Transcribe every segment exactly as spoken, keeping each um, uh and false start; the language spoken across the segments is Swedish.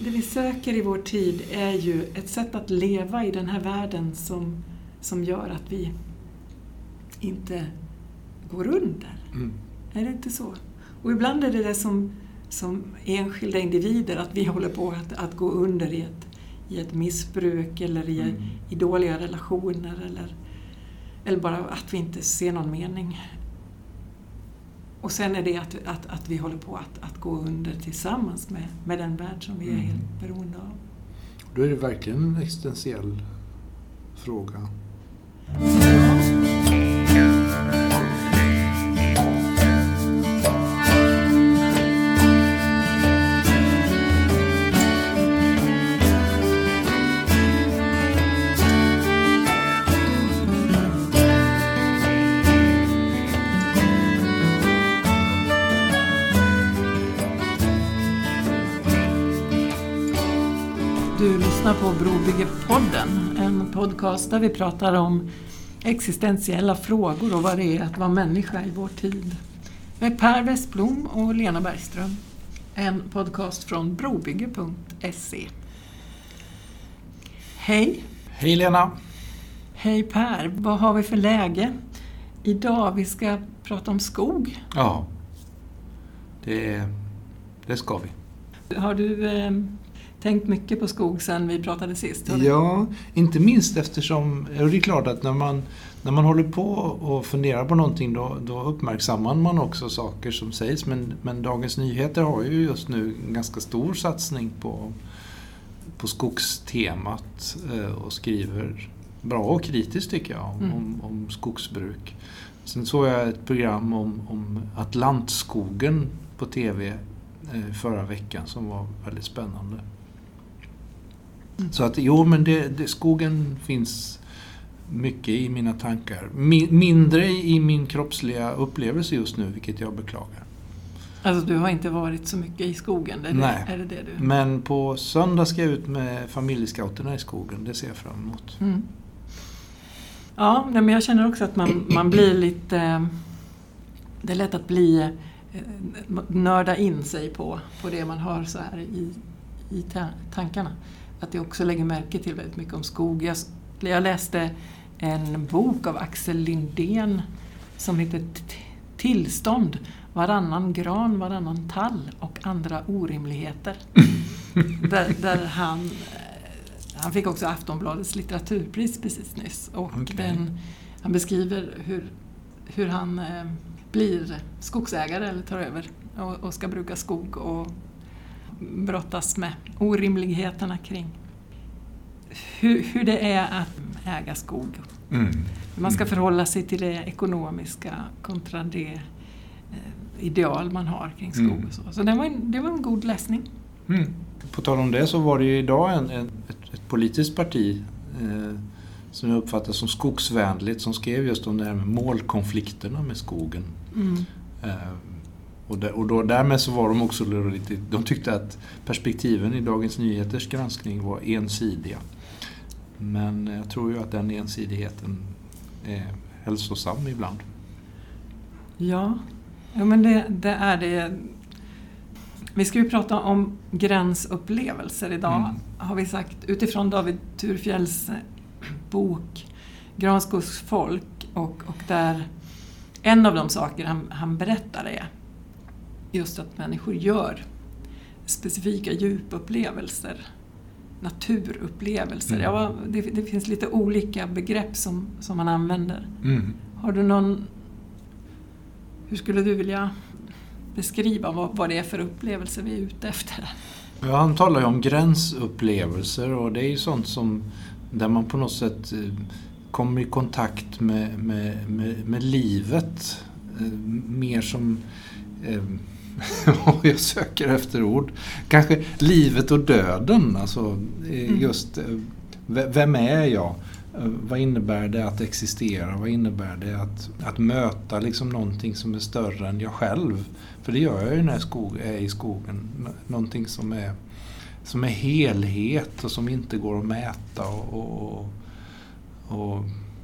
det vi söker i vår tid är ju ett sätt att leva i den här världen som, som gör att vi inte går under. Mm. Är det inte så? Och ibland är det det som, som enskilda individer att vi håller på att, att gå under i ett, i ett missbruk eller i, mm. i dåliga relationer eller, eller bara att vi inte ser någon mening. Och sen är det att, att, att vi håller på att, att gå under tillsammans med, med den värld som vi är mm. helt beroende av. Då är det verkligen en existentiell fråga. Du lyssnar på Brobyggepodden, en podcast där vi pratar om existentiella frågor och vad det är att vara människa i vår tid. Med Per Westblom och Lena Bergström. En podcast från brobygge punkt se. Hej! Hej Lena! Hej Per, vad har vi för läge? Idag vi ska prata om skog. Ja, det, det ska vi. Har du... Eh, tänkt mycket på skog sen vi pratade sist? Ja, inte minst eftersom, det är klart att när man, när man håller på och funderar på någonting då, då uppmärksammar man också saker som sägs. Men, men Dagens Nyheter har ju just nu en ganska stor satsning på, på skogstemat och skriver bra och kritiskt tycker jag om, mm. om, om skogsbruk. Sen såg jag ett program om, om Atlantskogen på tv förra veckan som var väldigt spännande. Mm. Så att jo, men det, det, skogen finns mycket i mina tankar. Mi, mindre i min kroppsliga upplevelse just nu, vilket jag beklagar. Alltså du har inte varit så mycket i skogen? Är Nej, det, är det det du... men på söndag ska jag ut med familjescouterna i skogen. Det ser jag fram emot. Mm. Ja, men jag känner också att man, man blir lite... Det är lätt att bli... nörda in sig på, på det man har så här i, i ta- tankarna. Att jag också lägger märke till väldigt mycket om skog. Jag, jag läste en bok av Axel Lindén som heter Tillstånd, varannan gran, varannan tall och andra orimligheter. där, där han han fick också Aftonbladets litteraturpris precis nyss. Och okay. den, han beskriver hur, hur han blir skogsägare eller tar över och, och ska bruka skog och brottas med orimligheterna kring hur, hur det är att äga skog. Mm. Man ska förhålla sig till det ekonomiska kontra det eh, ideal man har kring skog mm. och så. Så det var en, det var en god läsning. Mm. På tal om det så var det ju idag en, en, ett, ett politiskt parti eh, som jag uppfattar som skogsvänligt som skrev just om det här med målkonflikterna med skogen. Mm. Eh, och, där, och då, därmed så var de också lite, de tyckte att perspektiven i Dagens Nyheters granskning var ensidiga. Men jag tror ju att den ensidigheten är hälsosam ibland. Ja, ja men det, det är det. Vi ska ju prata om gränsupplevelser idag, mm. har vi sagt, utifrån David Thurfjells bok Granskogs folk och, och där en av de saker han, han berättar är just att människor gör specifika djupupplevelser, naturupplevelser. Mm. Ja, det, det finns lite olika begrepp som, som man använder. Mm. Har du någon, hur skulle du vilja beskriva vad, vad det är för upplevelser vi är ute efter? Ja, han talar ju om gränsupplevelser och det är ju sånt som där man på något sätt kommer i kontakt med, med, med, med livet mer som eh, jag söker efter ord kanske livet och döden, alltså just mm. vem är jag, vad innebär det att existera, vad innebär det att, att möta liksom någonting som är större än jag själv, för det gör jag ju när jag skog, är i skogen, någonting som är som är helhet och som inte går att mäta och, och, och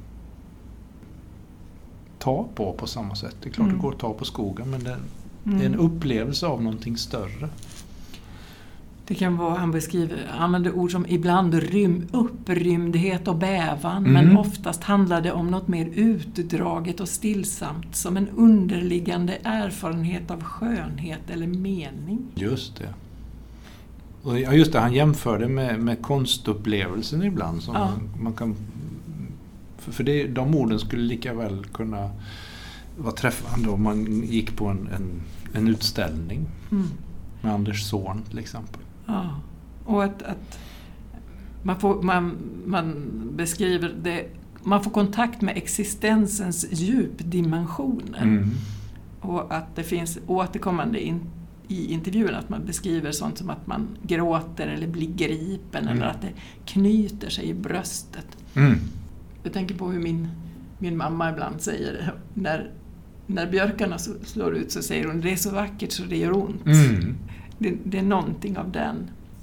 ta på på samma sätt. Det är klart mm. det går att ta på skogen, men det, mm. det är en upplevelse av någonting större. Det kan vara, han beskriver, använder ord som ibland rym, upprymdhet och bävan, mm. men oftast handlar det om något mer utdraget och stillsamt, som en underliggande erfarenhet av skönhet eller mening. Just det. Och just det, han jämförde med, med konstupplevelsen ibland. Som ja. man, man kan, för för det, de orden skulle lika väl kunna vara träffande om man gick på en, en, en utställning mm. med Anders Zorn till exempel. Ja, och att, att man, får, man, man beskriver det, man får kontakt med existensens djupdimensioner. Mm. Och att det finns återkommande in, i intervjun att man beskriver sånt som att man gråter eller blir gripen mm. eller att det knyter sig i bröstet. Mm. Jag tänker på hur min, min mamma ibland säger när, när björkarna slår ut, så säger hon, det är så vackert så det gör ont. Mm. Det, det är någonting av den.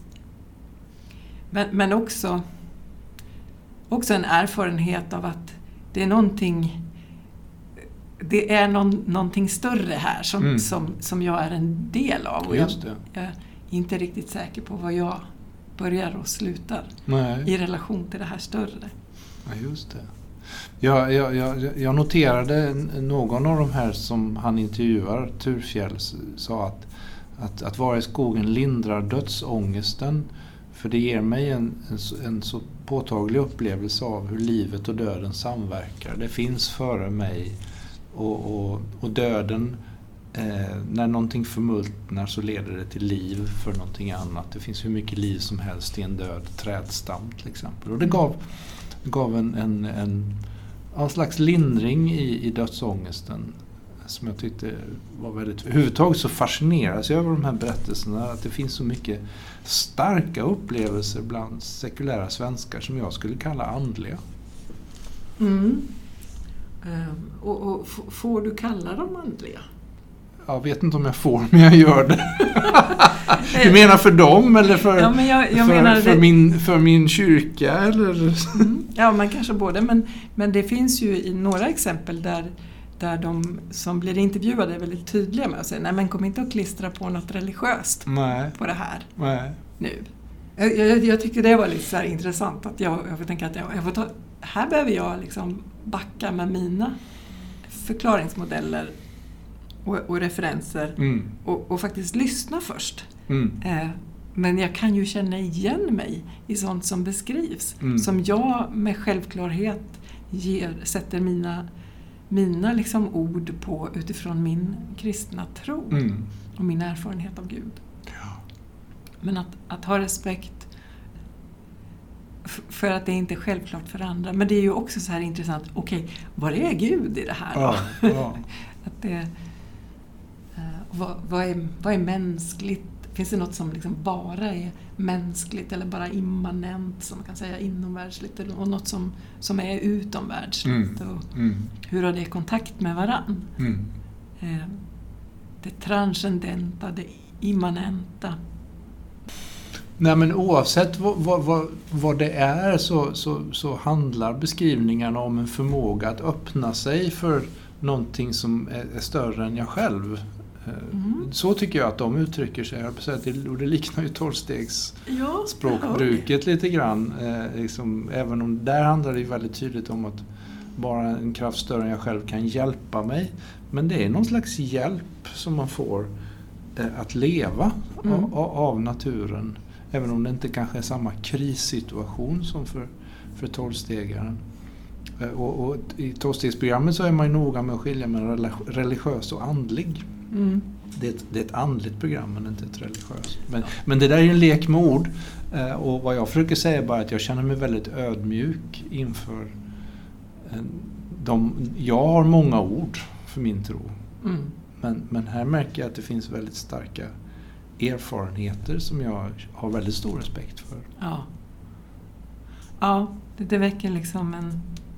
Men, men också, också en erfarenhet av att det är någonting, det är någon, någonting större här som, mm. som, som jag är en del av. Och jag, jag är inte riktigt säker på vad jag börjar och slutar Nej. i relation till det här större. Ja, just det. Jag, jag, jag, jag noterade någon av de här som han intervjuar, Turfjäll, sa att Att, att vara i skogen lindrar dödsångesten, för det ger mig en, en, en så påtaglig upplevelse av hur livet och döden samverkar. Det finns före mig och, och, och döden, eh, när någonting förmultnar så leder det till liv för någonting annat. Det finns hur mycket liv som helst i en död trädstam till exempel. Och det gav, gav en, en, en, en slags lindring i, i dödsångesten, som jag tyckte var väldigt... Överhuvudtaget så fascineras jag över de här berättelserna, att det finns så mycket starka upplevelser bland sekulära svenskar som jag skulle kalla andliga. Mm. Um, och, och f- får du kalla dem andliga? Jag vet inte om jag får, men jag gör det. Du menar för dem eller för, ja, men jag, jag för, menar för, min, för min kyrka? Eller? Mm. Ja, man kanske både. Men, men det finns ju i några exempel där där de som blir intervjuade är väldigt tydliga med att säga, nej men kom inte att klistra på något religiöst nej. på det här nej. nu. Jag, jag, jag tycker det var lite så här intressant att jag, jag får tänka att jag, jag får ta, här behöver jag liksom backa med mina förklaringsmodeller och, och referenser mm. och, och faktiskt lyssna först. Mm. Eh, men jag kan ju känna igen mig i sånt som beskrivs, mm. som jag med självklarhet ger, sätter mina mina liksom ord på utifrån min kristna tro mm. och min erfarenhet av Gud. Ja. Men att, att ha respekt f- för att det inte är självklart för andra. Men det är ju också så här intressant, okej, okay, vad är Gud i det här ja, då? Ja. att det, uh, vad, vad, är, vad är mänskligt? Finns det något som liksom bara är mänskligt eller bara immanent, som man kan säga inomvärldsligt, och något som, som är utomvärldsligt? Mm. Och mm. hur har det kontakt med varann? Mm. Eh, det transcendenta, det immanenta. Nej, men oavsett vad, vad, vad, vad det är så, så, så handlar beskrivningarna om en förmåga att öppna sig för någonting som är, är större än jag själv. Mm. Så tycker jag att de uttrycker sig. Och det liknar ju tolvstegs ja, språkbruket lite grann. Eh, liksom, även om där handlar det väldigt tydligt om att bara en kraft större än jag själv kan hjälpa mig. Men det är någon slags hjälp som man får eh, att leva mm. av, av naturen. Även om det inte kanske är samma krissituation som för, för tolvstegaren. Eh, och, och i tolvstegsprogrammet så är man ju noga med att skilja mellan religiös och andlig. Mm. Det, är ett, det är ett andligt program, men inte ett religiöst. Men, ja. men det där är ju en lek med ord. Eh, och vad jag försöker säga är bara att jag känner mig väldigt ödmjuk inför eh, de, jag har många ord för min tro. Mm. Men, men här märker jag att det finns väldigt starka erfarenheter som jag har väldigt stor respekt för. Ja, ja det, det väcker liksom en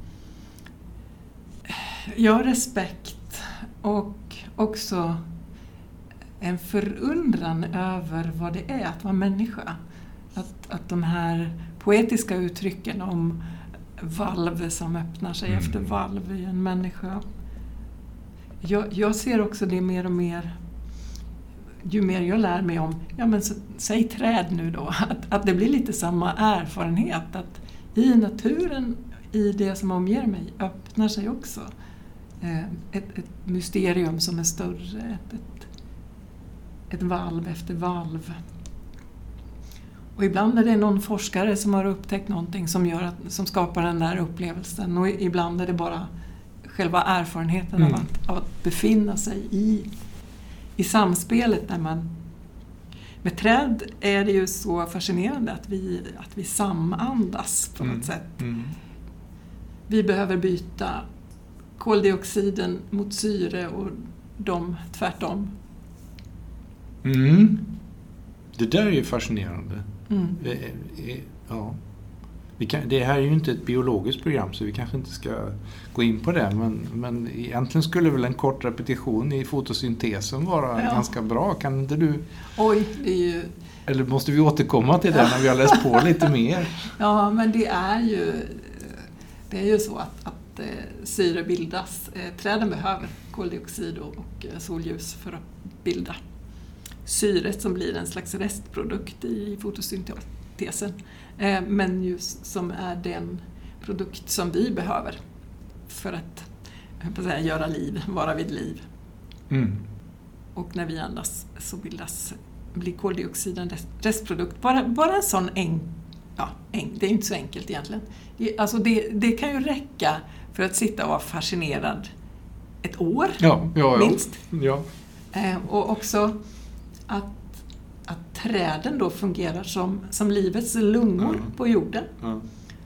ja, respekt och också en förundran över vad det är att vara människa. Att, att de här poetiska uttrycken om valv som öppnar sig mm. efter valv i en människa. Jag, jag ser också det mer och mer ju mer jag lär mig om, ja men så, säg träd nu då, att, att det blir lite samma erfarenhet. Att i naturen, i det som omger mig, öppnar sig också eh, ett, ett mysterium som är större. Ett, ett, ett valv efter valv. Och ibland är det någon forskare som har upptäckt någonting som, gör att, som skapar den där upplevelsen. Och ibland är det bara själva erfarenheten mm. av, att, av att befinna sig i, i samspelet. Där man, med träd är det ju så fascinerande att vi, att vi samandas på mm. något sätt. Mm. Vi behöver byta koldioxiden mot syre och de tvärtom. Mm. Det där är ju fascinerande. Mm. Ja. Vi kan, det här är ju inte ett biologiskt program så vi kanske inte ska gå in på det. Men, men egentligen skulle väl en kort repetition i fotosyntesen vara ja. ganska bra. Kan inte du... Oj, det är ju... Eller måste vi återkomma till det när vi har läst på lite mer? Ja, men det är ju, det är ju så att, att eh, syre bildas. Eh, träden behöver koldioxid och, och solljus för att bilda syret som blir en slags restprodukt i fotosyntesen. Eh, men just som är den produkt som vi behöver för att, jag höll på att säga, göra liv, vara vid liv. Mm. Och när vi andas så bildas, blir koldioxid en restprodukt. Bara, bara en sån en, ja, en, det är inte så enkelt egentligen. Det, alltså det, det kan ju räcka för att sitta och vara fascinerad ett år, ja, ja, minst. Ja. Eh, och också att, att träden då fungerar som, som livets lungor ja. på jorden. Ja.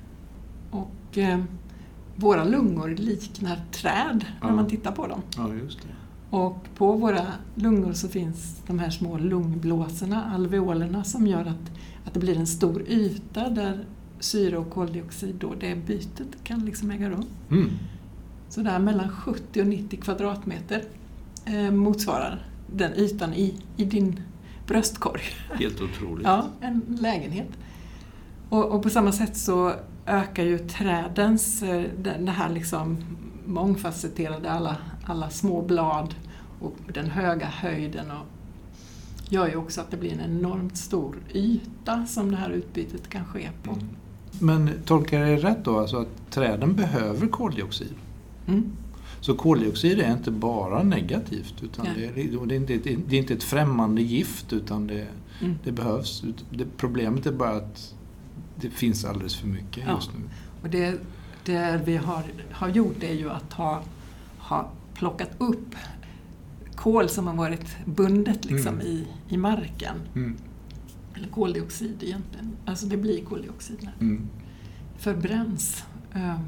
Och eh, våra lungor liknar träd ja. när man tittar på dem. Ja, just det. Och på våra lungor så finns de här små lungblåsorna, alveolerna, som gör att, att det blir en stor yta där syre och koldioxid, då det bytet kan liksom äga rum. Mm. Så där mellan sjuttio och nittio kvadratmeter eh, motsvarar den ytan i, i din bröstkorg. Helt otroligt. Ja, en lägenhet. Och, och på samma sätt så ökar ju trädens, det här liksom mångfacetterade, alla, alla små blad och den höga höjden, och gör ju också att det blir en enormt stor yta som det här utbytet kan ske på. Mm. Men tolkar jag det rätt då, alltså att träden behöver koldioxid? Mm. Så koldioxid är inte bara negativt, utan det är, det, är inte ett, det är inte ett främmande gift, utan det, mm. det behövs. Det, problemet är bara att det finns alldeles för mycket ja. just nu. Och det, det vi har, har gjort är ju att ha, ha plockat upp kol som har varit bundet liksom mm. i, i marken. Mm. Eller koldioxid egentligen. Alltså det blir koldioxid när mm. förbränns. Um,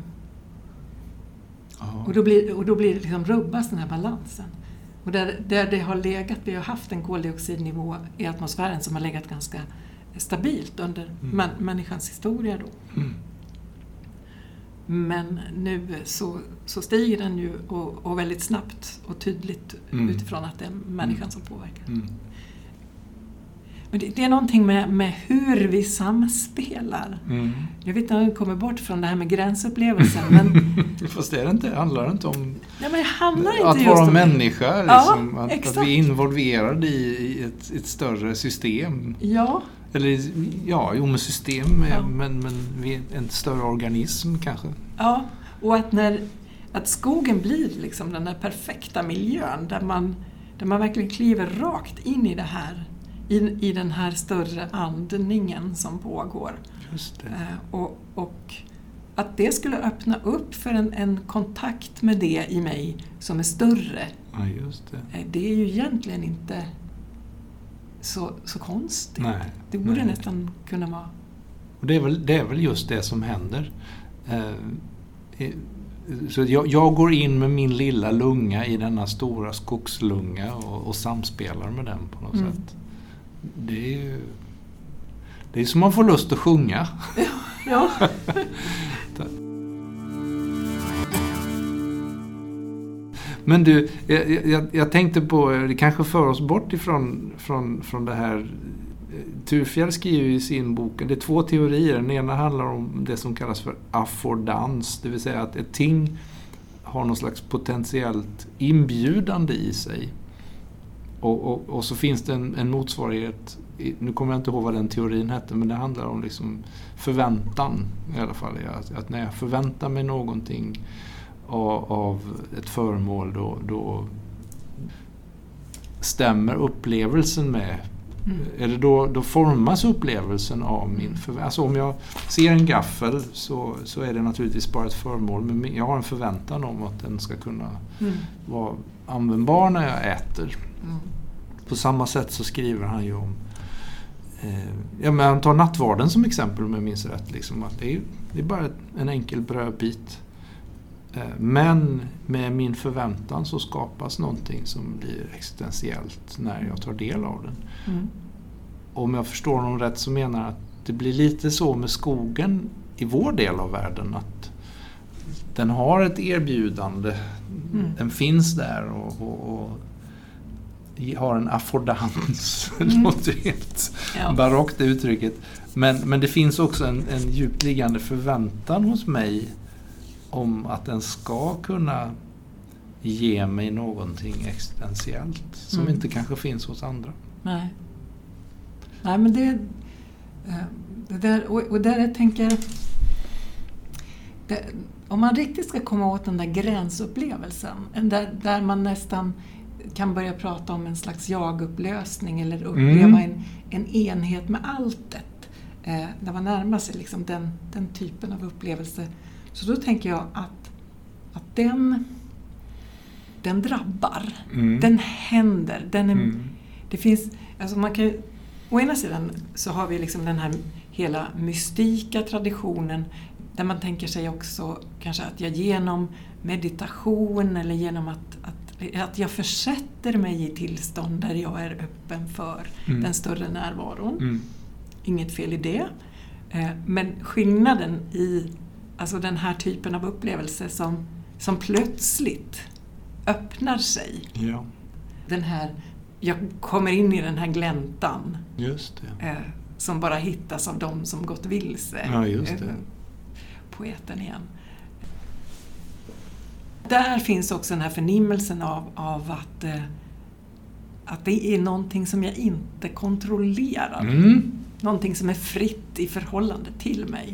och, då blir, och då blir det liksom rubbas den här balansen. Och där, där det har legat, vi har haft en koldioxidnivå i atmosfären som har legat ganska stabilt under mm. man, människans historia då. Mm. Men nu så, så stiger den ju och, och väldigt snabbt och tydligt mm. utifrån att det är människan mm. som påverkar. Mm. Men det, det är någonting med, med hur vi samspelar. Mm. Jag vet inte om vi kommer bort från det här med gränsupplevelsen. Men fast det är inte, handlar det inte om ja, men det handlar inte att just vara om människa. Ja, liksom, att, att vi är involverade i, i ett, ett större system. Ja. Eller ja, jo, med system, ja. men, men vi är en större organism kanske. Ja, och att, när, att skogen blir liksom den där perfekta miljön där man, där man verkligen kliver rakt in i det här, i, i den här större andningen som pågår. Just det. Eh, och, och att det skulle öppna upp för en, en kontakt med det i mig som är större. Ja, just det. Eh, det är ju egentligen inte så, så konstigt. Nej, det borde nej. nästan kunna vara. Och det är väl, det är väl just det som händer. Eh, så jag, jag går in med min lilla lunga i denna stora skogslunga och, och samspelar med den på något mm. sätt. Det är ju det är som man får lust att sjunga. Ja. Men du, jag, jag, jag tänkte på, det kanske för oss bort ifrån från, från det här. Thurfjell skriver i sin bok, det är två teorier. Den ena handlar om det som kallas för affordans, det vill säga att ett ting har någon slags potentiellt inbjudande i sig. Och, och, och så finns det en, en motsvarighet, nu kommer jag inte ihåg vad den teorin hette, men det handlar om liksom förväntan i alla fall. Att, att när jag förväntar mig någonting av, av ett föremål, då, då stämmer upplevelsen med. Mm. Är det då, då formas upplevelsen av min förväntan. Alltså om jag ser en gaffel så, så är det naturligtvis bara ett föremål, men jag har en förväntan om att den ska kunna mm. vara användbar när jag äter. Mm. På samma sätt så skriver han ju om eh, ja, men han tar nattvarden som exempel om jag minns rätt, liksom, att det är, det är bara en enkel brödbit. Eh, men med min förväntan så skapas någonting som blir existentiellt när jag tar del av den. Mm. Om jag förstår honom rätt så menar jag att det blir lite så med skogen i vår del av världen, att den har ett erbjudande, mm. den finns där och, och, och har en affordans, mm. det låter helt ja. barockt det uttrycket, men, men det finns också en, en djupliggande förväntan hos mig om att den ska kunna ge mig någonting existentiellt som mm. inte kanske finns hos andra. Nej, Nej men det, det där, och, och där jag tänker det, om man riktigt ska komma åt den där gränsupplevelsen, där, där man nästan kan börja prata om en slags jagupplösning eller uppleva mm. en, en enhet med alltet, eh, där man närmar sig liksom den, den typen av upplevelse. Så då tänker jag att, att den, den drabbar, mm. den händer, den är, mm. det finns, alltså man kan, å ena sidan så har vi liksom den här hela mystika traditionen där man tänker sig också kanske att jag genom meditation eller genom att, att att jag försätter mig i tillstånd där jag är öppen för mm. den större närvaron. Mm. Inget fel i det. Men skillnaden i alltså den här typen av upplevelse som, som plötsligt öppnar sig. Ja. Den här, jag kommer in i den här gläntan. Just det. Som bara hittas av dem som gått vilse. Ja, just det. Poeten igen. Där finns också den här förnimmelsen av, av att, eh, att det är någonting som jag inte kontrollerar. Mm. Någonting som är fritt i förhållande till mig.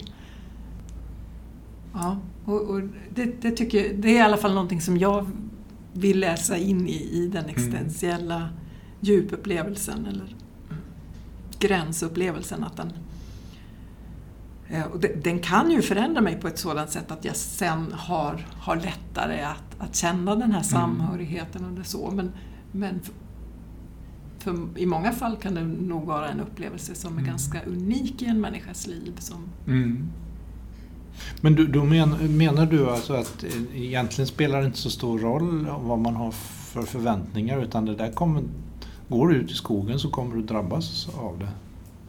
Ja, och, och det, det tycker jag, det är i alla fall någonting som jag vill läsa in i, i den existentiella mm. djupupplevelsen eller gränsupplevelsen. Att den, och den kan ju förändra mig på ett sådant sätt att jag sen har, har lättare att, att känna den här samhörigheten och det så. Men, men för, för i många fall kan det nog vara en upplevelse som är mm. ganska unik i en människas liv. Som... Mm. Men du, då men, menar du alltså att egentligen spelar det inte så stor roll vad man har för förväntningar, utan det där kommer, går du ut i skogen så kommer du drabbas av det?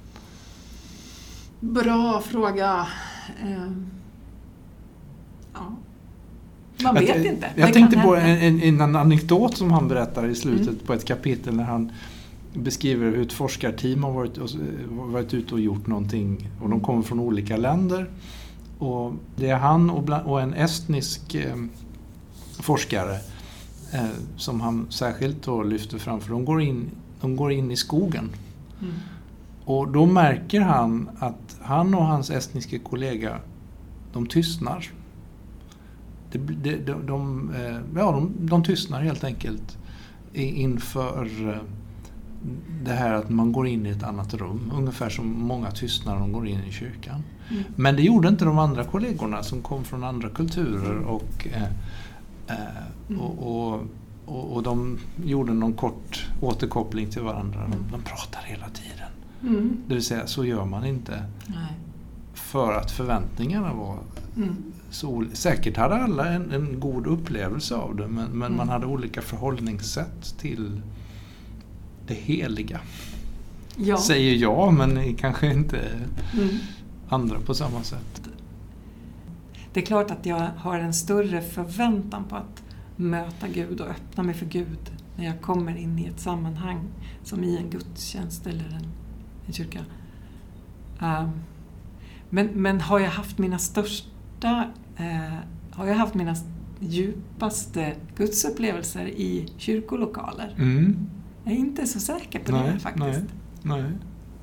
Bra fråga. Eh, ja. Man vet jag, inte. Jag det tänkte på en, en, en anekdot som han berättar i slutet mm. på ett kapitel när han beskriver hur ett forskarteam har varit, varit ute och gjort någonting och de kommer från olika länder. Och det är han och, bland, och en estnisk eh, forskare eh, som han särskilt då lyfter fram, för de går in, de går in i skogen. Mm. Och då märker han att han och hans estniska kollega, de tystnar. De, de, de, de, ja, de, de tystnar helt enkelt inför det här att man går in i ett annat rum. Ungefär som många tystnar när de går in i kyrkan. Mm. Men det gjorde inte de andra kollegorna som kom från andra kulturer och, eh, och, och, och, och de gjorde någon kort återkoppling till varandra. De, de pratar hela tiden. Mm. Det vill säga, så gör man inte. Nej. För att förväntningarna var mm. så... Säkert hade alla en, en god upplevelse av det, men, men mm. man hade olika förhållningssätt till det heliga. Ja. Säger jag, men kanske inte mm. andra på samma sätt. Det är klart att jag har en större förväntan på att möta Gud och öppna mig för Gud när jag kommer in i ett sammanhang som i en gudstjänst eller en i kyrka. Um, men, men har jag haft mina största, uh, har jag haft mina djupaste gudsupplevelser i kyrkolokaler? Mm. Jag är inte så säker på nej, det faktiskt. Nej, nej.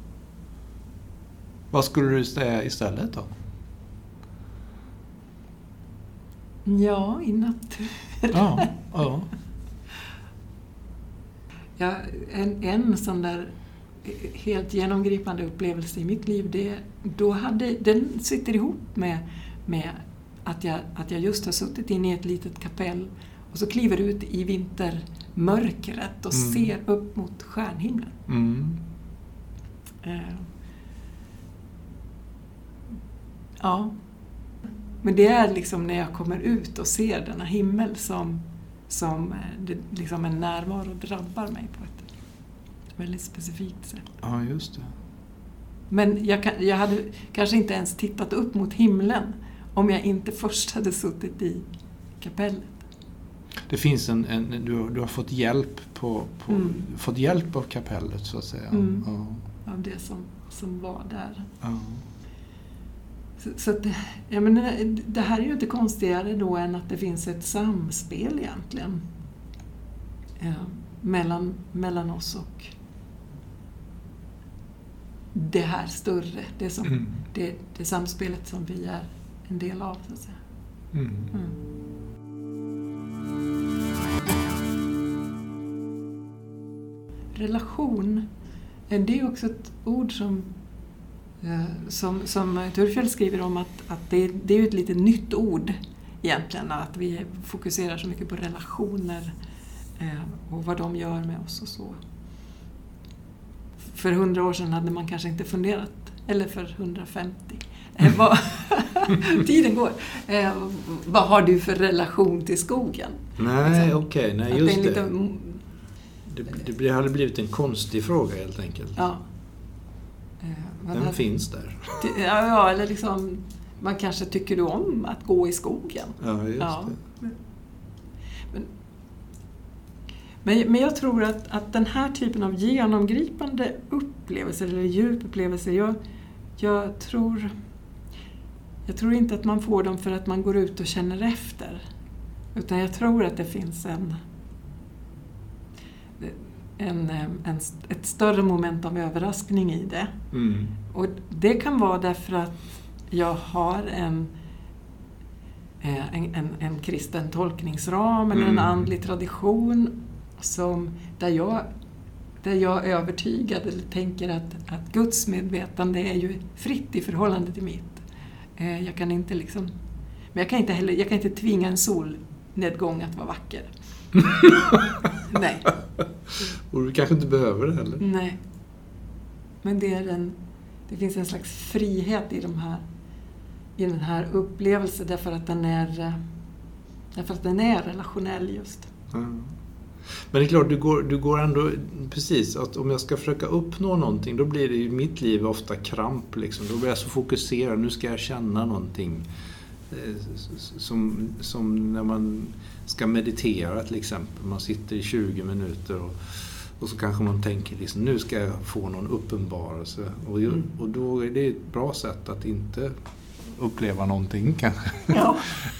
Vad skulle du säga istället då? Ja, i naturen. Ja, ja. Ja, en, en sån där helt genomgripande upplevelse i mitt liv, det, då hade, den sitter ihop med, med att, jag, att jag just har suttit inne i ett litet kapell och så kliver ut i vintermörkret och mm. ser upp mot stjärnhimlen. Mm. Uh, ja, men det är liksom när jag kommer ut och ser denna himmel som, som det, liksom en närvaro drabbar mig på ett väldigt specifikt sätt. Ja, just det. Men jag, kan, jag hade kanske inte ens tittat upp mot himlen om jag inte först hade suttit i kapellet. Det finns en, en du, du har fått hjälp på, på mm. fått hjälp av kapellet så att säga. Mm. Ja. Av det som, som var där. Ja. Så, så att, jag menar, det här är ju inte konstigare då än att det finns ett samspel egentligen. Ja, mellan, mellan oss och det här större, det, som, mm. det, det samspelet som vi är en del av, så att säga. Mm. Mm. Relation, det är också ett ord som som, som Turfjell skriver om att, att det, det är ett lite nytt ord egentligen, att vi fokuserar så mycket på relationer eh, och vad de gör med oss och så. För hundra år sedan hade man kanske inte funderat, eller för hundrafemtio. Eh, vad, tiden går. Eh, vad har du för relation till skogen? Nej, liksom, okej, okay, nej just det. Lite, det. Det hade blivit en konstig fråga helt enkelt. Ja. Eh, Den hade, finns där. Ja, ja, eller liksom, man kanske tycker du om att gå i skogen. Ja, just ja. det. Men, men, men jag tror att, att den här typen av genomgripande upplevelser eller djupupplevelser, jag, jag tror jag tror inte att man får dem för att man går ut och känner efter. Utan jag tror att det finns en, en, en ett större moment av överraskning i det. Mm. Och det kan vara därför att jag har en En, en, en kristen tolkningsram eller mm. en andlig tradition som, där, jag, där jag är övertygad eller tänker att, att Guds medvetande är ju fritt i förhållande till mitt. Eh, jag kan inte liksom, men jag kan inte heller, jag kan inte tvinga en solnedgång att vara vacker. Nej. Och du kanske inte behöver det heller. Nej. Men det är en, det finns en slags frihet i de här i den här upplevelsen därför att den är därför att den är relationell just. Mm. Men det är klart, du går, du går ändå precis att om jag ska försöka uppnå någonting, då blir det i mitt liv ofta kramp liksom. Då blir jag så fokuserad, nu ska jag känna någonting eh, som, som när man ska meditera till exempel, man sitter i tjugo minuter och Och så kanske man tänker liksom, nu ska jag få någon uppenbarelse. Och, mm. och då är det ett bra sätt att inte uppleva någonting kanske. Ja.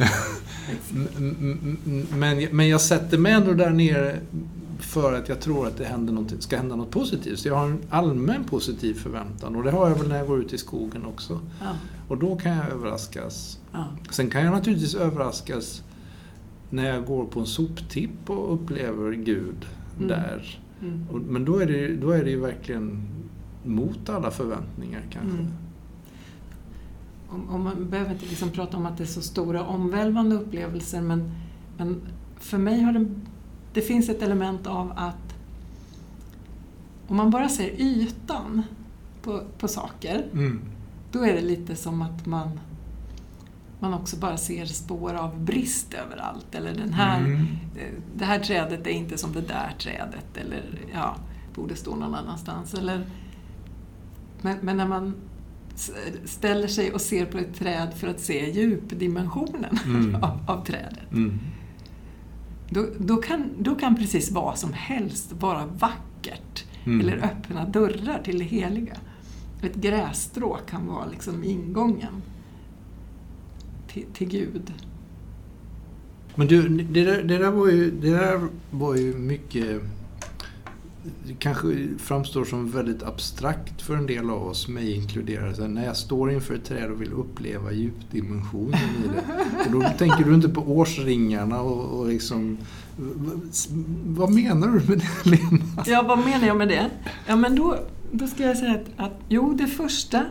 men, men jag sätter mig ändå där nere för att jag tror att det händer något, ska hända något positivt. Så jag har en allmän positiv förväntan. Och det har jag väl när jag går ut i skogen också. Ja. Och då kan jag överraskas. Ja. Sen kan jag naturligtvis överraskas när jag går på en soptipp och upplever Gud mm. där. Mm. Och, men då är, det, då är det ju verkligen mot alla förväntningar kanske. Mm. Om, om man behöver inte liksom prata om att det är så stora omvälvande upplevelser, men, men för mig har det, det finns ett element av att om man bara ser ytan på, på saker, mm. då är det lite som att man man också bara ser spår av brist överallt. Eller den här, mm. det här trädet är inte som det där trädet. Eller ja, borde stå någon annanstans. Eller, men, men när man ställer sig och ser på ett träd för att se djupdimensionen mm. av, av trädet. Mm. Då, då, kan, då kan precis vad som helst vara vackert. Mm. Eller öppna dörrar till det heliga. Ett grässtrå kan vara liksom ingången till, till Gud. Men du, det där, det där, var, ju, det där var ju mycket det kanske framstår som väldigt abstrakt för en del av oss, mig inkluderad. Så när jag står inför ett träd och vill uppleva djupdimensionen i det. Och då tänker du inte på årsringarna och, och liksom... Vad menar du med det, Lena? Ja, vad menar jag med det? Ja, men då, då ska jag säga att, att jo, det första...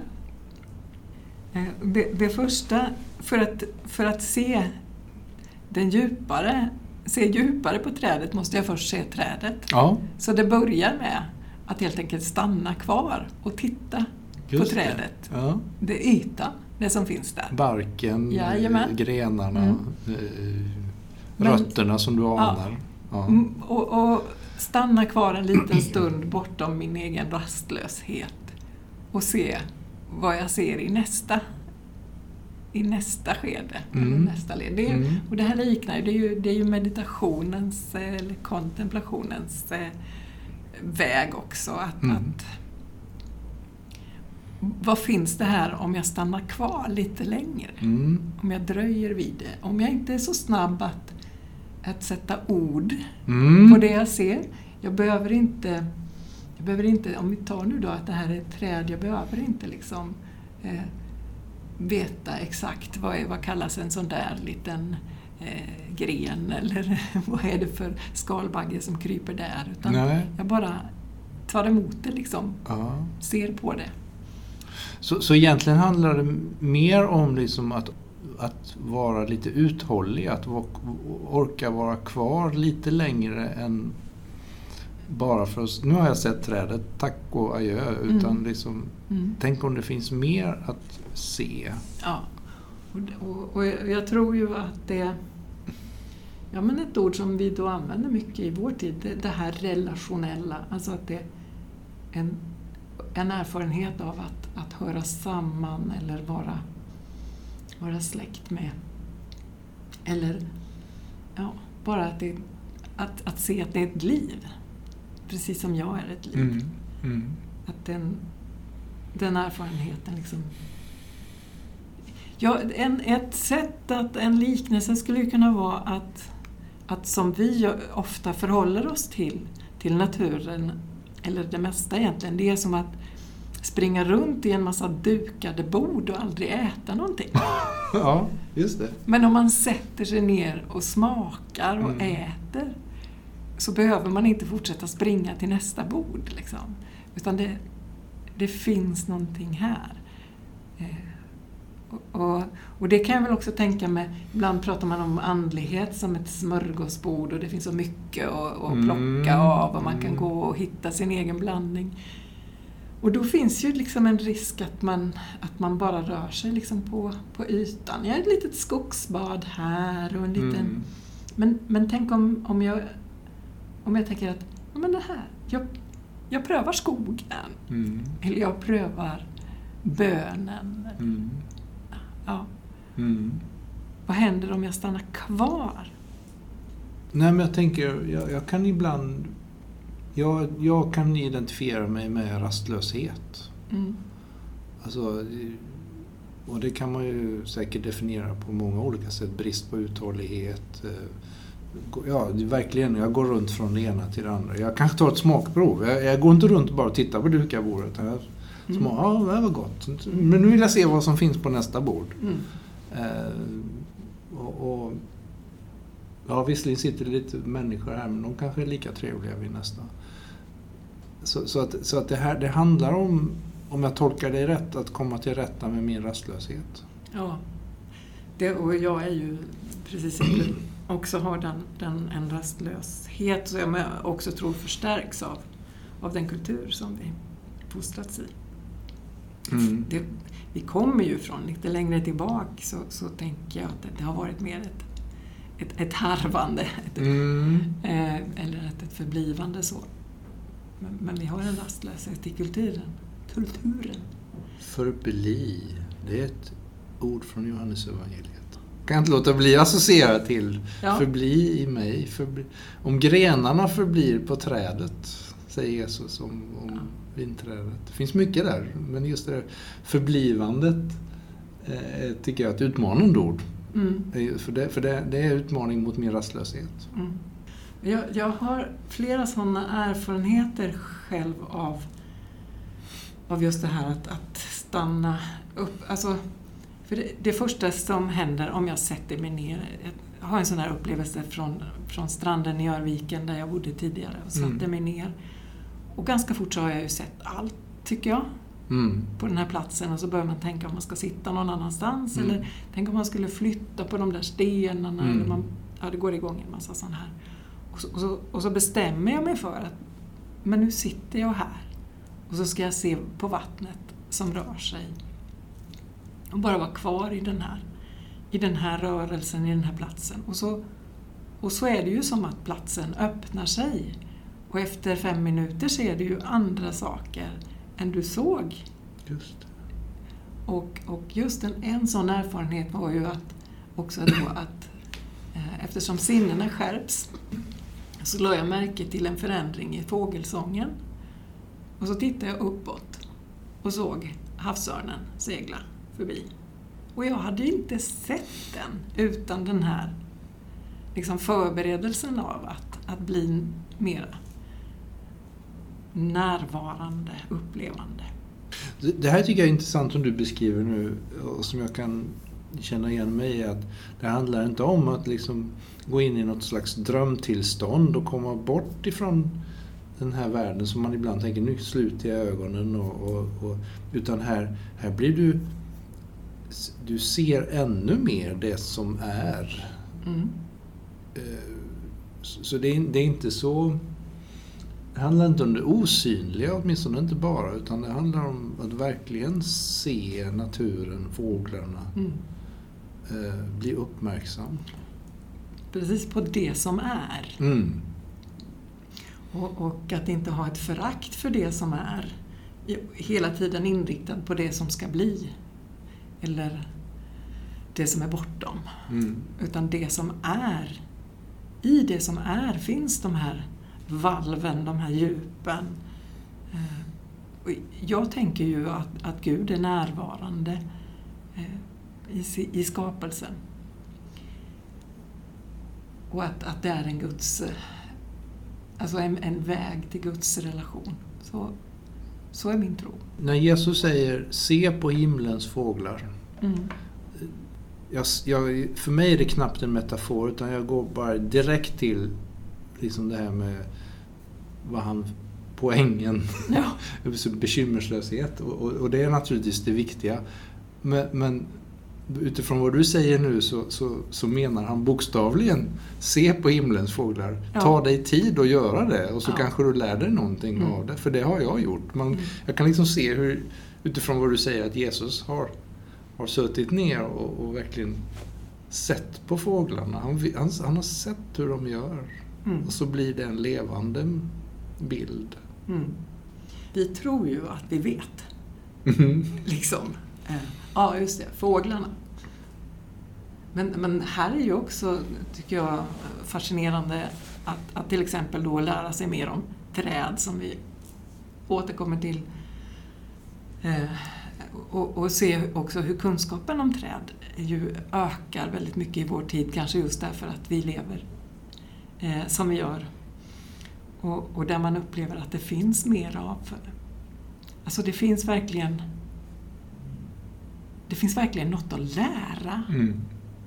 Det, det första, för att, för att se den djupare... Se djupare på trädet måste jag först se trädet. Ja. Så det börjar med att helt enkelt stanna kvar och titta Just på trädet. Det. Ja. Det är ytan, det som finns där. Barken, Jajamän. grenarna, Mm. eh, rötterna Men, som du anar. Ja. Ja. Och, och stanna kvar en liten stund bortom min egen rastlöshet och se vad jag ser i nästa i nästa skede, Mm. eller nästa led. Det är, Mm. Och det här liknar det är ju, det är ju meditationens eller kontemplationens eh, väg också. Att, Mm. att, vad finns det här om jag stannar kvar lite längre? Mm. Om jag dröjer vid det? Om jag inte är så snabb att, att sätta ord Mm. på det jag ser. Jag behöver inte, jag behöver inte, om vi tar nu då att det här är ett träd, jag behöver inte liksom eh, veta exakt vad, är, vad kallas en sån där liten eh, gren eller vad är det för skalbagge som kryper där. Utan Nej. jag bara tar emot det liksom, Ja. ser på det. Så, så egentligen handlar det mer om liksom att, att vara lite uthållig, att vara, orka vara kvar lite längre än bara för oss. Nu har jag sett trädet, tack och adjö, utan Mm. liksom, Mm. tänk om det finns mer att se. Ja, och, och, och jag tror ju att det, ja men ett ord som vi då använder mycket i vår tid, det, det här relationella, alltså att det är en, en erfarenhet av att, att höra samman eller vara, vara släkt med, eller ja, bara att, det, att, att se att det är ett liv, precis som jag är ett liv. Mm. Mm. Att den, den erfarenheten liksom... Ja, en, ett sätt att en liknelse skulle ju kunna vara att, att som vi ofta förhåller oss till, till naturen, eller det mesta egentligen, det är som att springa runt i en massa dukade bord och aldrig äta någonting. Ja, just det. Men om man sätter sig ner och smakar och Mm. äter, så behöver man inte fortsätta springa till nästa bord. Liksom. Utan det, det finns någonting här. Eh, och, och, och det kan jag väl också tänka med, ibland pratar man om andlighet som ett smörgåsbord och det finns så mycket att, att plocka Mm. av och man kan gå och hitta sin egen blandning. Och då finns ju liksom en risk att man, att man bara rör sig liksom på, på ytan. Jag har ett litet skogsbad här och en liten... Mm. Men, men tänk om, om, jag, om jag tänker att ja, men det här, jag, jag prövar skogen. Mm. Eller jag prövar bönen. Mm. Ja. Mm. Vad händer om jag stannar kvar? Nej, men jag tänker, jag, jag kan ibland... Jag, jag kan identifiera mig med rastlöshet. Mm. Alltså, och det kan man ju säkert definiera på många olika sätt. Brist på uthållighet. Ja, verkligen. Jag går runt från det ena till det andra. Jag kanske tar ett smakprov. Jag, jag går inte runt och bara tittar på duka bordet. Jag Mm. smak, ja, det var gott. Men nu vill jag se vad som finns på nästa bord. Mm. Eh, och, och ja, visserligen sitter det lite människor här, men de kanske är lika trevliga vid nästa. Så, så att, så att det här det handlar om, om jag tolkar det rätt, att komma till rätta med min rastlöshet. Ja, det, och jag är ju precis som du också har den, den, en rastlöshet som jag också tror förstärks av, av den kultur som vi fostrats i. Mm. Det, vi kommer ju från lite längre tillbaka, så, så tänker jag att det, det har varit mer ett, ett, ett harvande ett, Mm. eh, eller ett, ett förblivande så. Men, men vi har en rastlöshet i kulturen. kulturen. Förbli, det är ett ord från Johannes evangeliet. Kan inte låta bli att associera till Ja. förbli i mig. Förbli. Om grenarna förblir på trädet, säger Jesus om, om vinträdet. Det finns mycket där, men just det där förblivandet eh, tycker jag är ett utmanande ord. Mm. För, det, för det, det är utmaning mot min rastlöshet. Mm. Jag, jag har flera sådana erfarenheter själv av, av just det här att, att stanna upp. Alltså, för det, det första som händer om jag sätter mig ner, jag har en sån här upplevelse från, från stranden i Örviken där jag bodde tidigare och satte mm. mig ner. Och ganska fort så har jag ju sett allt, tycker jag, mm. på den här platsen. Och så börjar man tänka om man ska sitta någon annanstans mm. eller tänk om man skulle flytta på de där stenarna. Mm. Eller man, ja, det går igång en massa sån här. Och så, och, så, och så bestämmer jag mig för att men nu sitter jag här och så ska jag se på vattnet som rör sig och bara vara kvar i den här i den här rörelsen, i den här platsen. Och så, och så är det ju som att platsen öppnar sig och efter fem minuter ser du ju andra saker än du såg. Just det. Och, och just en, en sån erfarenhet var ju att också då att eh, eftersom sinnena skärps så lade jag märke till en förändring i fågelsången. Och så tittade jag uppåt och såg havsörnen segla förbi. Och jag hade inte sett den utan den här liksom förberedelsen av att, att bli mer närvarande, upplevande. Det här tycker jag är intressant som du beskriver nu och som jag kan känna igen mig i, att det handlar inte om att liksom gå in i något slags drömtillstånd och komma bort ifrån den här världen som man ibland tänker nu slut i ögonen och, och, och, utan här, här blir du du ser ännu mer det som är. Mm. Så det är, det är inte så, det handlar inte om det osynliga, åtminstone inte bara, utan det handlar om att verkligen se naturen, fåglarna, mm. bli uppmärksam. Precis på det som är. Mm. Och, och att inte ha ett förakt för det som är. Hela tiden inriktad på det som ska bli. Eller det som är bortom. Mm. Utan det som är. I det som är finns de här valven, de här djupen. Och jag tänker ju att, att Gud är närvarande i, i skapelsen. Och att, att det är en Guds, alltså en, en väg till Guds relation. Så, så är min tro. När Jesus säger se på himlens fåglar. Mm. Jag, jag, för mig är det knappt en metafor, utan jag går bara direkt till liksom det här med vad han, poängen, ja. bekymmerslöshet. Och, och, och det är naturligtvis det viktiga. Men, men utifrån vad du säger nu så, så, så menar han bokstavligen se på himlens fåglar. Ja. Ta dig tid att göra det och så ja. kanske du lär dig någonting mm. av det. För det har jag gjort. Man, mm. Jag kan liksom se hur, utifrån vad du säger, att Jesus har, har suttit ner och, och verkligen sett på fåglarna. Han, han, han har sett hur de gör. Mm. Och så blir det en levande bild. Mm. Vi tror ju att vi vet. Mm. Liksom. Ja, just det. Fåglarna. Men, men här är ju också, tycker jag, fascinerande att, att till exempel då lära sig mer om träd som vi återkommer till. Eh, och, och se också hur kunskapen om träd ju ökar väldigt mycket i vår tid. Kanske just därför att vi lever eh, som vi gör. Och, och där man upplever att det finns mer av. Alltså det finns verkligen Det finns verkligen något att lära mm.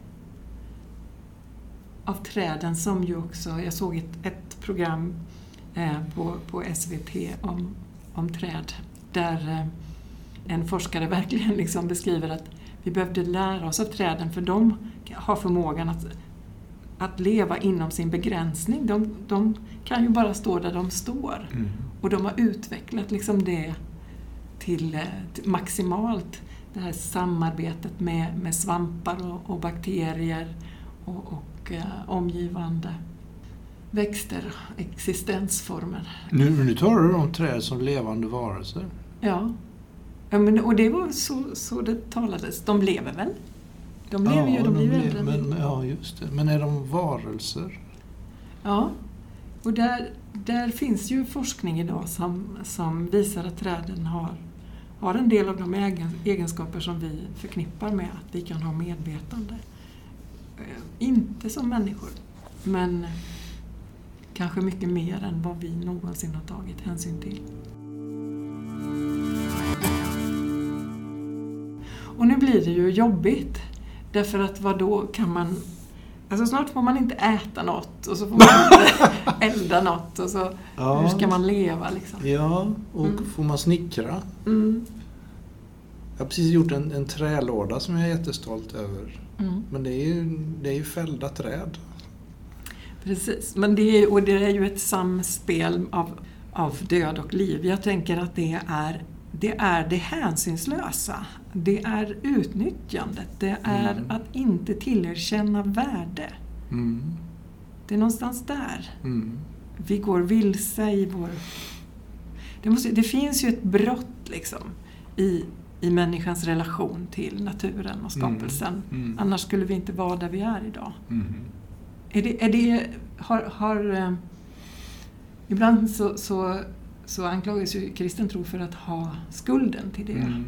av träden, som ju också, jag såg ett, ett program eh, på, på S V T om, om träd där eh, en forskare verkligen liksom beskriver att vi behövde lära oss av träden, för de har förmågan att, att leva inom sin begränsning. De, de kan ju bara stå där de står mm. och de har utvecklat liksom det till, till maximalt. Det här samarbetet med, med svampar och, och bakterier och, och eh, omgivande växter, existensformer. Nu, nu talar du om träd som levande varelser. Ja, ja men, och det var så, så det talades. De lever väl? De lever ja, ju, de, de blir äldre. Men, ja, just det. Men är de varelser? Ja, och där, där finns ju forskning idag som, som visar att träden har har en del av de egenskaper som vi förknippar med att vi kan ha medvetande. Inte som människor, men kanske mycket mer än vad vi någonsin har tagit hänsyn till. Och nu blir det ju jobbigt. Därför att vad då kan man... Alltså snart får man inte äta något och så får man inte elda något. Och så, ja. Hur ska man leva liksom? Ja, och mm. får man snickra. Mm. Jag har precis gjort en, en trälåda som jag är jättestolt över. Mm. Men det är ju, det är ju fällda träd. Precis, men det är, och det är ju ett samspel av, av död och liv. Jag tänker att det är det, är det hänsynslösa. Det är utnyttjandet. Det är mm. att inte tillerkänna värde. Mm. Det är någonstans där. Mm. Vi går vilse i vår... Det, måste, det finns ju ett brott liksom i, i människans relation till naturen och skapelsen. Mm. Mm. Annars skulle vi inte vara där vi är idag. Mm. Är det, är det, har, har, eh, ibland så, så, så anklagas ju kristen tro för att ha skulden till det. Mm.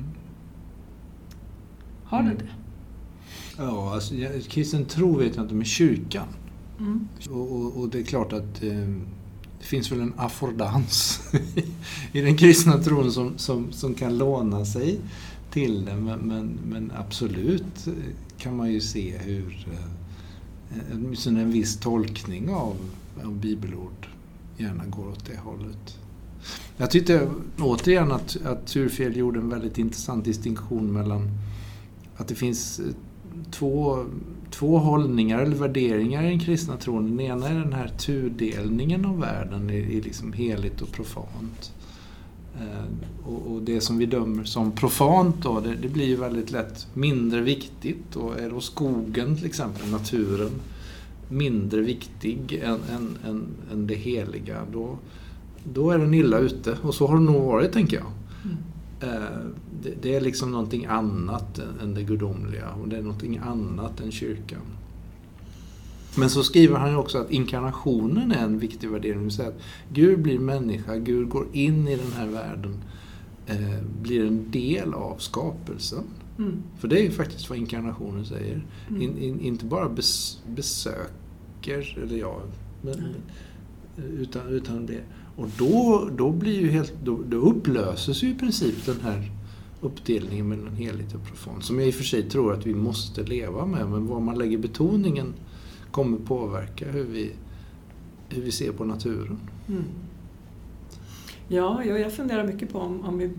Har mm. du det? Ja, alltså, kristen tro vet jag inte med kyrkan. Mm. Och, och, och det är klart att eh, det finns väl en affordans i den kristna tron som, som, som kan låna sig till det. Men, men, men absolut kan man ju se hur... Eh, en viss tolkning av, av bibelord gärna går åt det hållet. Jag tyckte återigen att, att Thurfjell gjorde en väldigt intressant distinktion mellan att det finns två, två hållningar eller värderingar i den kristna tron. Den ena är den här tudelningen av världen i, i liksom heligt och profant. Eh, och, och det som vi dömer som profant då, det, det blir ju väldigt lätt mindre viktigt. Och är då skogen till exempel, naturen, mindre viktig än, än, än, än det heliga, då, då är den illa ute. Och så har det nog varit, tänker jag. Mm. Eh, det, det är liksom någonting annat än, än det gudomliga, och det är någonting annat än kyrkan. Men så skriver han ju också att inkarnationen är en viktig värdering. Det säger att Gud blir människa, Gud går in i den här världen, eh, blir en del av skapelsen. Mm. För det är ju faktiskt vad inkarnationen säger. Mm. In, in, inte bara bes, besöker, eller ja, men, mm. utan, utan det. Och då, då blir ju helt, då, då upplöses ju i princip den här uppdelningen mellan heligt och profant, som jag i och för sig tror att vi måste leva med, men vad man lägger betoningen kommer påverka hur vi, hur vi ser på naturen. Mm. Ja, jag funderar mycket på om, om vi...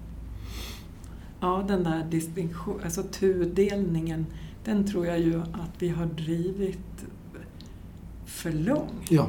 Ja, den där distinktion, alltså tudelningen, den tror jag ju att vi har drivit för långt. Ja.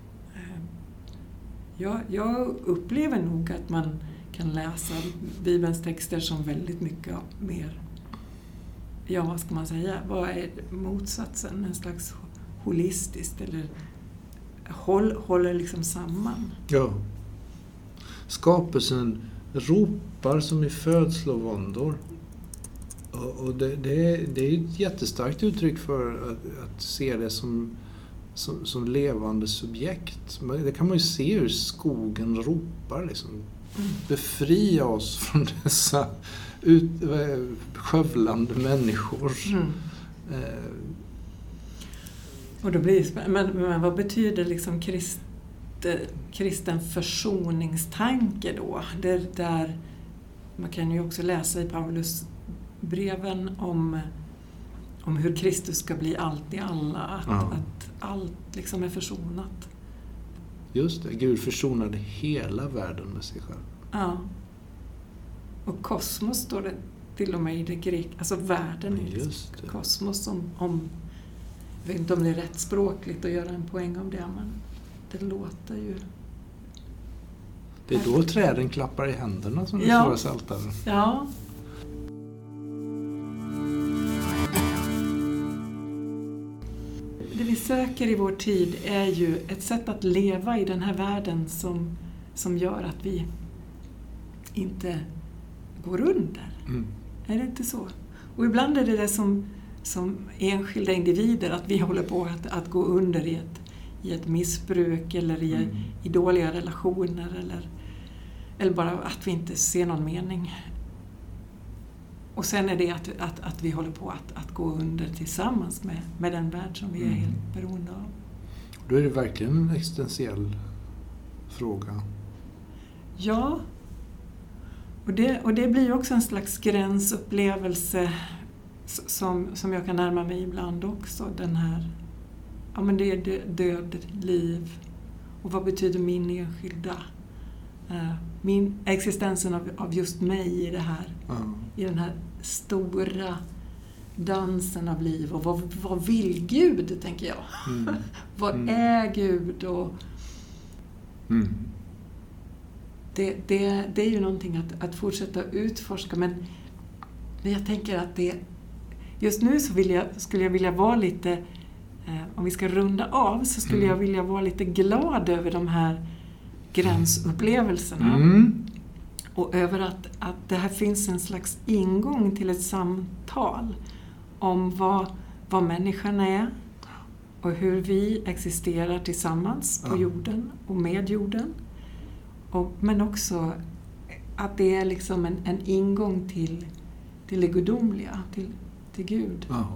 Jag, jag upplever nog att man kan läsa Bibelns texter som väldigt mycket mer... Ja, vad ska man säga? Vad är motsatsen? En slags holistiskt, eller håll, håller liksom samman. Ja. Skapelsen ropar som i födslovåndor. Och, och det, det, är, det är ett jättestarkt uttryck för att, att se det som, som, som levande subjekt. Det kan man ju se hur skogen ropar. Liksom. Mm. Befria oss från dessa ut, skövlande människor. Mm. Eh. Och då blir det, men, men vad betyder liksom krist, kristen försoningstanke då? Det där, man kan ju också läsa i Paulus breven om, om hur Kristus ska bli allt i alla. Att, ja. att allt liksom är försonat. Just det, Gud försonade hela världen med sig själv. Ja. Och kosmos står det till och med i det grek, alltså världen är just det. Kosmos, om, om jag vet inte om det är rätt språkligt att göra en poäng om det, men det låter ju... Det är då träden klappar i händerna som det ja. står i Psaltaren. Ja. Det vi söker i vår tid är ju ett sätt att leva i den här världen som, som gör att vi inte går under. Mm. Är det inte så? Och ibland är det det som, som enskilda individer, att vi håller på att, att gå under i ett, i ett missbruk eller i, mm. i dåliga relationer, eller, eller bara att vi inte ser någon mening. Och sen är det att, att, att vi håller på att, att gå under tillsammans med, med den värld som vi är mm. helt beroende av. Då är det verkligen en existentiell fråga. Ja, och det, och det blir ju också en slags gränsupplevelse som, som jag kan närma mig ibland också. Den här, ja men det är död, liv, och vad betyder min enskilda, eh, min existensen av, av just mig i det här, mm. i den här stora dansen av liv, och vad, vad vill Gud, tänker jag. Mm. Vad mm. är Gud? Och mm. det, det, det är ju någonting att, att fortsätta utforska, men jag tänker att det just nu så vill jag, skulle jag vilja vara lite, eh, om vi ska runda av, så skulle mm. jag vilja vara lite glad över de här gränsupplevelserna. Mm. Och över att, att det här finns en slags ingång till ett samtal om vad, vad människan är och hur vi existerar tillsammans på ja. jorden och med jorden. Och, men också att det är liksom en, en ingång till, till det gudomliga, till, till Gud. Ja.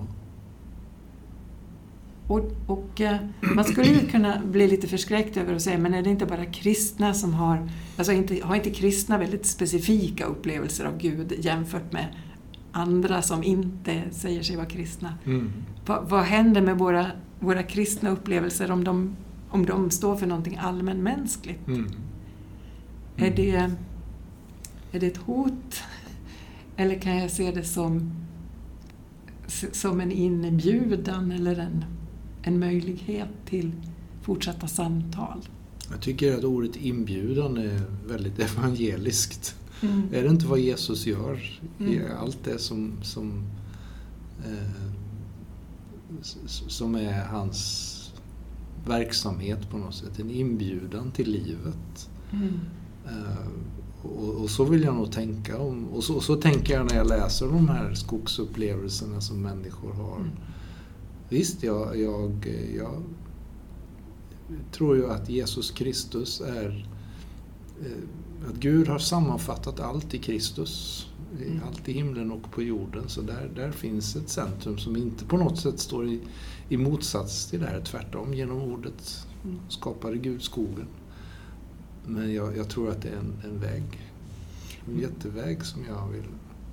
Och, och man skulle ju kunna bli lite förskräckt över att säga, men är det inte bara kristna som har, alltså inte, har inte kristna väldigt specifika upplevelser av Gud jämfört med andra som inte säger sig vara kristna? Mm. Va, vad händer med våra, våra kristna upplevelser om de, om de står för någonting allmänmänskligt? Mm. Mm. Är, det, är det ett hot? Eller kan jag se det som, som en inbjudan eller en en möjlighet till fortsatta samtal? Jag tycker att ordet inbjudan är väldigt evangeliskt. Mm. Är det inte vad Jesus gör i mm. allt det som, som, eh, som är hans verksamhet på något sätt? En inbjudan till livet. Mm. Eh, och, och så vill jag nog tänka om, och så, och så tänker jag när jag läser de här skogsupplevelserna som människor har. Mm. Visst, jag, jag, jag tror ju att Jesus Kristus är, att Gud har sammanfattat allt i Kristus, mm. allt i himlen och på jorden. Så där, där finns ett centrum som inte på något sätt står i, i motsats till det här, tvärtom. Genom ordet mm. skapade Gud skogen. Men jag, jag tror att det är en, en väg, en mm. jätteväg som jag vill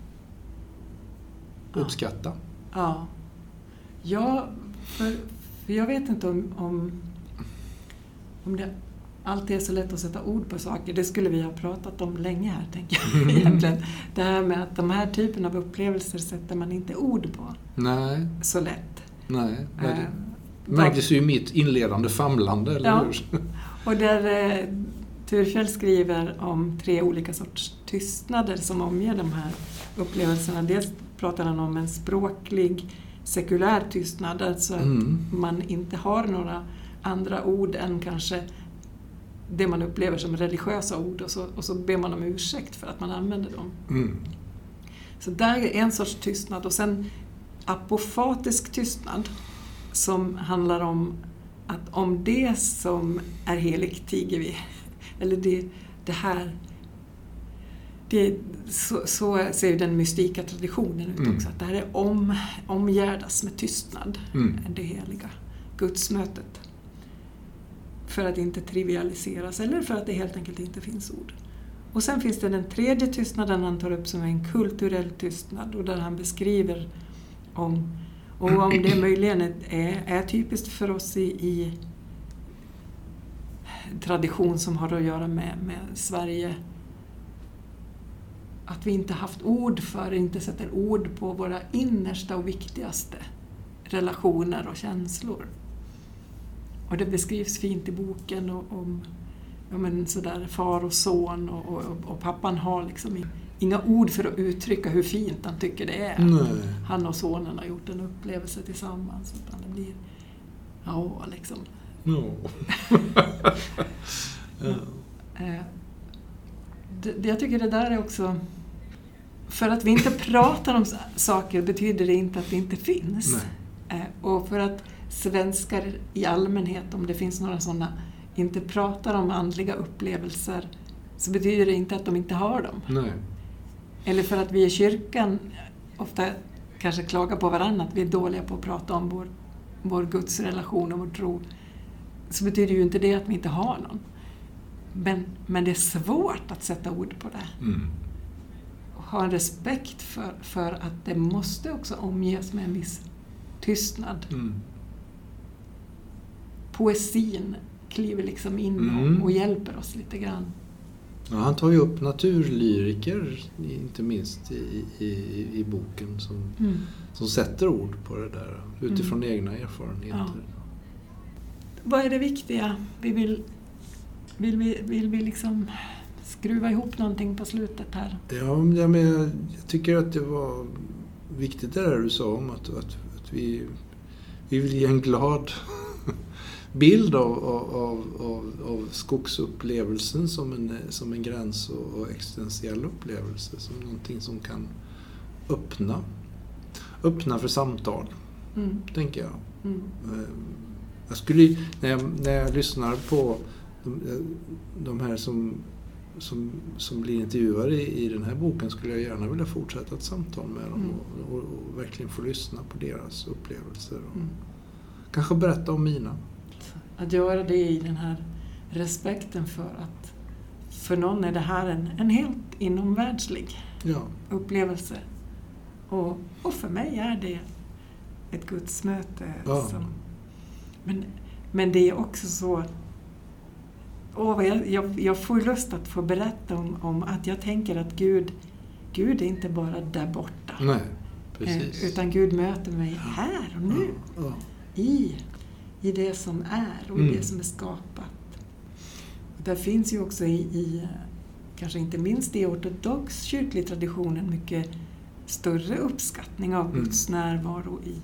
uppskatta. Ja. Ja, för, för jag vet inte om, om, om det alltid är så lätt att sätta ord på saker. Det skulle vi ha pratat om länge här, tänker jag egentligen. Det här med att de här typen av upplevelser sätter man inte ord på. Nej. Så lätt. Nej. Det äh, märktes ju i mitt inledande famlande, eller ja. hur? Och där eh, Thurfjell skriver om tre olika sorts tystnader som omger de här upplevelserna. Dels pratar han om en språklig sekulär tystnad, alltså att mm. man inte har några andra ord än kanske det man upplever som religiösa ord, och så, och så ber man om ursäkt för att man använder dem. Mm. Så där är en sorts tystnad, och sen apofatisk tystnad som handlar om att om det som är heligt tiger vi, eller det, det här Det, så, så ser ju den mystika traditionen ut mm. också. Att det här är om, omgärdas med tystnad. Mm. Det heliga gudsmötet. För att inte trivialiseras, eller för att det helt enkelt inte finns ord. Och sen finns det den tredje tystnaden han tar upp som är en kulturell tystnad. Och där han beskriver om, och om det möjligen är, är typiskt för oss i, i tradition som har att göra med, med Sverige. Att vi inte haft ord för, inte sätter ord på våra innersta och viktigaste relationer och känslor. Och det beskrivs fint i boken och, om ja men sådär, far och son, och, och, och pappan har liksom inga ord för att uttrycka hur fint han tycker det är. Nej. Han och sonen har gjort en upplevelse tillsammans, utan det blir ja liksom. No. ja. Det, jag tycker det där är också, för att vi inte pratar om saker betyder det inte att det inte finns. Nej. Och för att svenskar i allmänhet, om det finns några sådana, inte pratar om andliga upplevelser, så betyder det inte att de inte har dem. Nej. Eller för att vi i kyrkan ofta kanske klagar på varandra att vi är dåliga på att prata om vår, vår gudsrelation och vår tro, så betyder ju inte det att vi inte har någon. Men, men det är svårt att sätta ord på det. Mm. Och ha en respekt för, för att det måste också omges med en viss tystnad. Mm. Poesin kliver liksom in Mm. och, och hjälper oss lite grann. Ja, han tar ju upp naturlyriker, inte minst i, i, i boken, som, Mm. som sätter ord på det där utifrån Mm. egna erfarenheter. Ja. Vad är det viktiga? Vi vill, vill, vi, vill vi liksom skruva ihop någonting på slutet här? Ja, ja, men jag, jag tycker att det var viktigt det där du sa om att, att, att vi, vi vill ge en glad bild av, av, av, av skogsupplevelsen som en, som en gräns och, och existentiell upplevelse, som någonting som kan öppna öppna för samtal, Mm. tänker jag. Mm. Jag skulle, när jag, när jag lyssnar på de, de här som, som, som blir intervjuade i, i den här boken, skulle jag gärna vilja fortsätta ett samtal med dem Mm. och, och, och verkligen få lyssna på deras upplevelser och Mm. kanske berätta om mina. Att göra det i den här respekten för att för någon är det här en, en helt inomvärldslig Ja. upplevelse. Och, och för mig är det ett gudsmöte. Ja. Som, men, men det är också så... Åh, vad jag, jag, jag får lust att få berätta om, om att jag tänker att Gud, Gud är inte bara där borta. Nej, precis. Eh, utan Gud möter mig här och nu. Ja, ja. I, I det som är och Mm. i det som är skapat. Och där finns ju också i, i, kanske inte minst i ortodox kyrklig tradition, mycket större uppskattning av Mm. Guds närvaro i,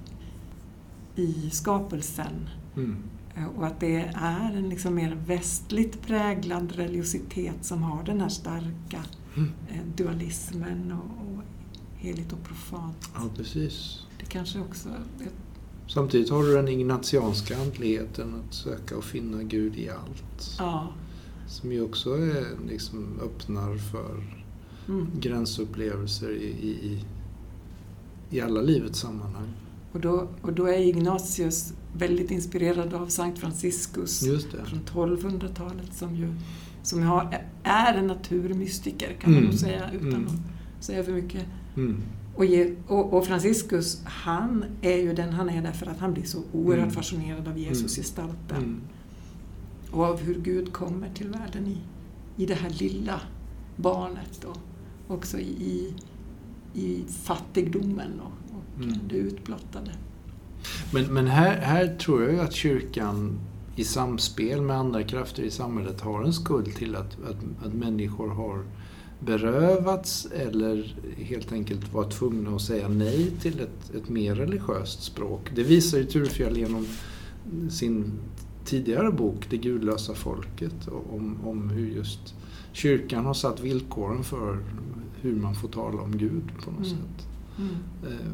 i skapelsen. Mm. Och att det är en liksom mer västligt präglad religiositet som har den här starka Mm. eh, dualismen och, och heligt och profant. Ja, precis. Det kanske också... Det, Samtidigt har du den ignatianska andligheten att söka och finna Gud i allt. ja. Som ju också är, liksom, öppnar för Mm. gränsupplevelser i, i, i alla livets sammanhang. Och då, och då är Ignatius väldigt inspirerad av Sankt Franciscus Just det. från tolvhundratalet som ju som har, är en naturmystiker, kan man Mm. nog säga utan Mm. att säga för mycket. Mm. Och, ge, och, och Franciscus, han är ju den han är därför att han blir så oerhört Mm. fascinerad av Jesus Mm. gestalten. Mm. Och av hur Gud kommer till världen i, i det här lilla barnet och också i, i fattigdomen och, och Mm. det utblottade. Men, men här, här tror jag ju att kyrkan i samspel med andra krafter i samhället har en skuld till att, att, att människor har berövats eller helt enkelt var tvungna att säga nej till ett, ett mer religiöst språk. Det visar ju Thurfjell genom sin tidigare bok Det gudlösa folket, om, om hur just kyrkan har satt villkoren för hur man får tala om Gud på något Mm. sätt. Mm. Eh,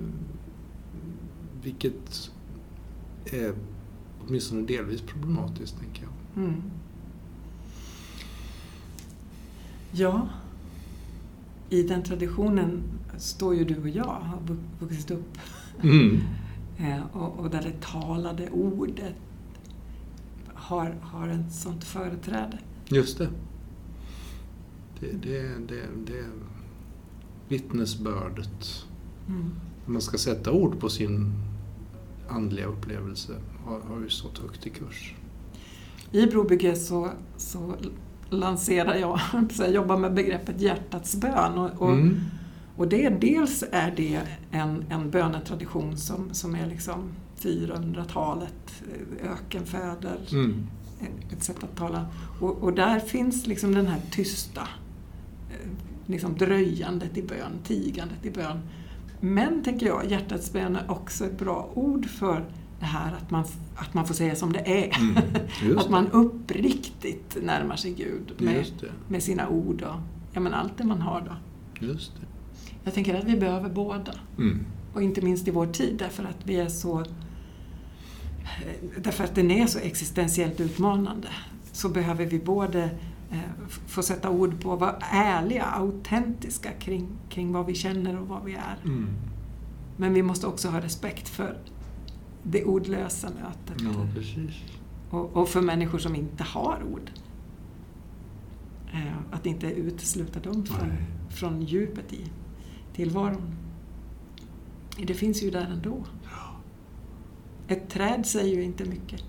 vilket är åtminstone delvis problematiskt, tänker jag. Mm. Ja, i den traditionen står ju du och jag, har vu- vuxit upp. Mm. Eh, och, och där det talade ordet har, har en sånt företräde. Just det. Det, det, det, det är vittnesbördet. Mm. När man ska sätta ord på sin andliga upplevelse har, har ju stått högt i kurs. I Brobygge så, så lanserar jag, jag jobbar med begreppet hjärtats bön. Och, och, Mm. och det, dels är det en, en bönetradition som, som är liksom fyrahundratalet, ökenfäder, Mm. ett sätt att tala. Och, och där finns liksom den här tysta, liksom dröjandet i bön, tigandet i bön. Men, tänker jag, hjärtats bön är också ett bra ord för det här att man, att man får säga som det är. Mm. Just Att man uppriktigt närmar sig Gud med, Just det. med sina ord och ja, men allt det man har då. Just det. Jag tänker att vi behöver båda. Mm. Och inte minst i vår tid, därför att vi är så... Därför att den är så existentiellt utmanande. Så behöver vi både eh, få sätta ord på, vara ärliga, autentiska kring, kring vad vi känner och vad vi är. Mm. Men vi måste också ha respekt för det ordlösa mötet. Ja, precis. Och, och för människor som inte har ord. Eh, att inte utesluta dem från, från djupet i tillvaron. Det finns ju där ändå. Ett träd säger ju inte mycket.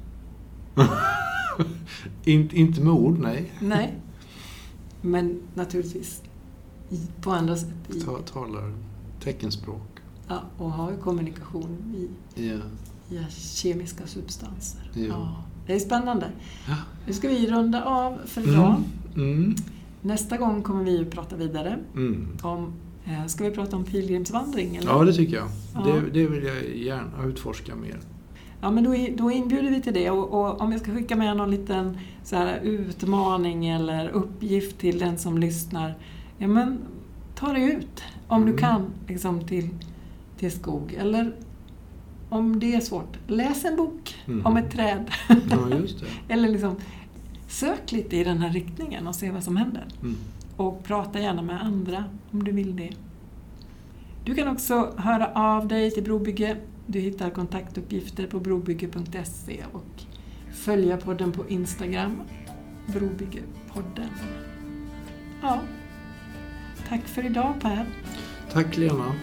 In, inte med ord, nej. Nej. Men naturligtvis i, på andra sätt. I, Ta, talar teckenspråk. Ja, och har kommunikation i, Ja. i kemiska substanser. Ja. Ja, det är spännande. Ja. Nu ska vi runda av för idag. Mm. Mm. Nästa gång kommer vi att prata vidare Mm. om, eh, ska vi prata om pilgrimsvandring? Eller? Ja, det tycker jag. Ja. Det, det vill jag gärna utforska mer. Ja, men då, då inbjuder vi till det. Och, och om jag ska skicka med någon liten så här, utmaning eller uppgift till den som lyssnar. Ja, men ta dig ut om Mm. du kan liksom, till, till skog. Eller om det är svårt, läs en bok Mm. om ett träd. Ja, just det. Eller liksom, sök lite i den här riktningen och se vad som händer. Mm. Och prata gärna med andra om du vill det. Du kan också höra av dig till Brobygge. Du hittar kontaktuppgifter på brobygge punkt se och följa podden på Instagram, Brobyggepodden. Ja, tack för idag, Per. Tack, Lena.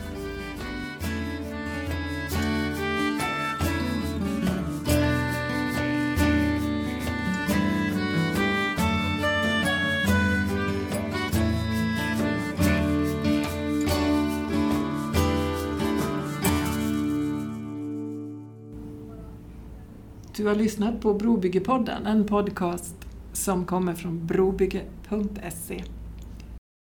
Du har lyssnat på Brobyggepodden, en podcast som kommer från brobygge punkt se.